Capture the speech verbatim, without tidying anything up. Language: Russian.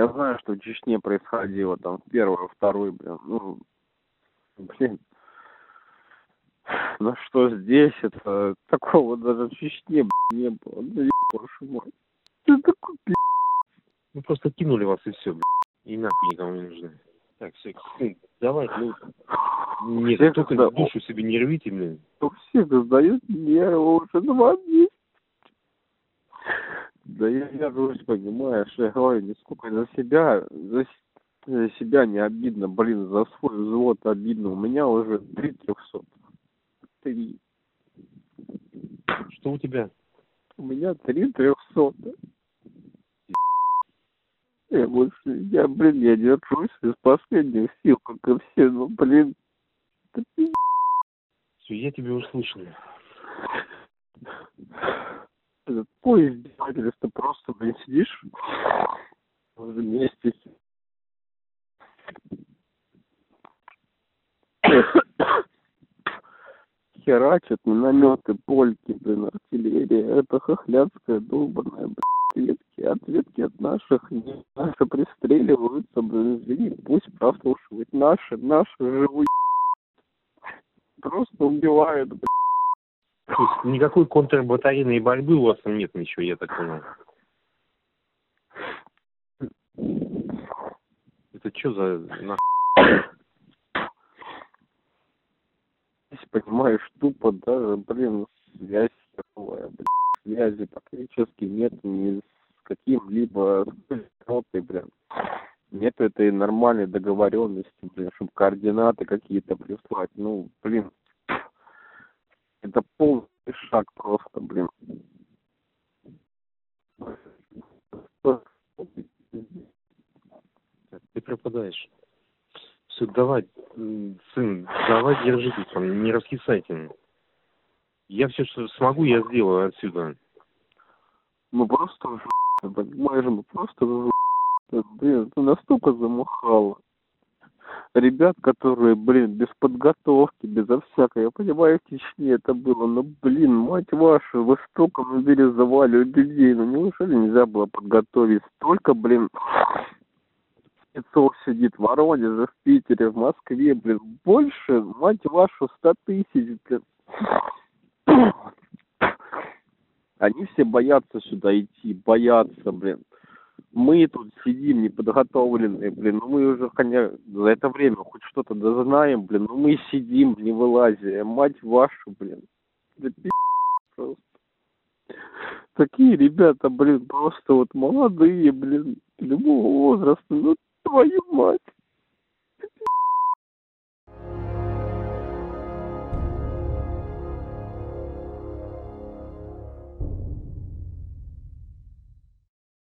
Я знаю, что в Чечне происходило, там, в первый, второй, блин, ну, блин. Ну что здесь, это, такого даже в Чечне, блин, не было. Ну, еб вашу мать. Ты такой, блин. Ну, просто кинули вас и все, блин. И нахуй никому не нужны. Так, все, сын, давай, ну, нет, всех только да, душу себе не рвите, блин. у всех сдают нервы уже два месяца. Да я вяжусь, понимаешь, я говорю, нисколько за себя, за, за себя не обидно, блин, за свой взвод обидно. У меня уже три трехсот. Три. Что у тебя? У меня три трехсот. Я больше, я, блин, я держусь из последних сил, как и все, ну, блин. Это пиздец. Все, я тебя услышал. Это такое издевательство, просто, блин, сидишь вместе. Херачат минометы, польки, блин, артиллерия. Это хохлядская долбаная, блин, ответки. Ответки от наших. Не, наши пристреливаются, блин, извини, пусть прослушивают. Наши, наши живут. Просто убивают, блин. То есть никакой контрбатарейной борьбы у вас там нет ничего, я так понял. Это что за нахуй? Если понимаешь, тупо даже, блин, связь такая, блин, связи практически нет ни с каким-либо ротой, блин. Нет этой нормальной договоренности, блин, чтобы координаты какие-то прислать. Ну, блин, это полный шаг просто, блин. Ты пропадаешь. Все, давай, сын, давай держитесь там, не раскисайте. Я все, что смогу, я сделаю отсюда. Мы просто в понимаешь, мы просто в блин, это настолько замахало. Ребят, которые, блин, без подготовки, безо всякой, я понимаю, в Чечне это было, но, блин, мать вашу, вы столько мобилизовали людей, ну неужели нельзя было подготовить столько, блин, спецов сидит в Воронеже, в Питере, в Москве, блин, больше, мать вашу, ста тысяч, блин. Они все боятся сюда идти, боятся, блин. Мы тут сидим неподготовленные, блин, ну мы уже, конечно, за это время хоть что-то дознаем, блин, ну мы сидим, не вылазя, мать вашу, блин. Да пи*** просто. Такие ребята, блин, просто вот молодые, блин, любого возраста, ну твою мать.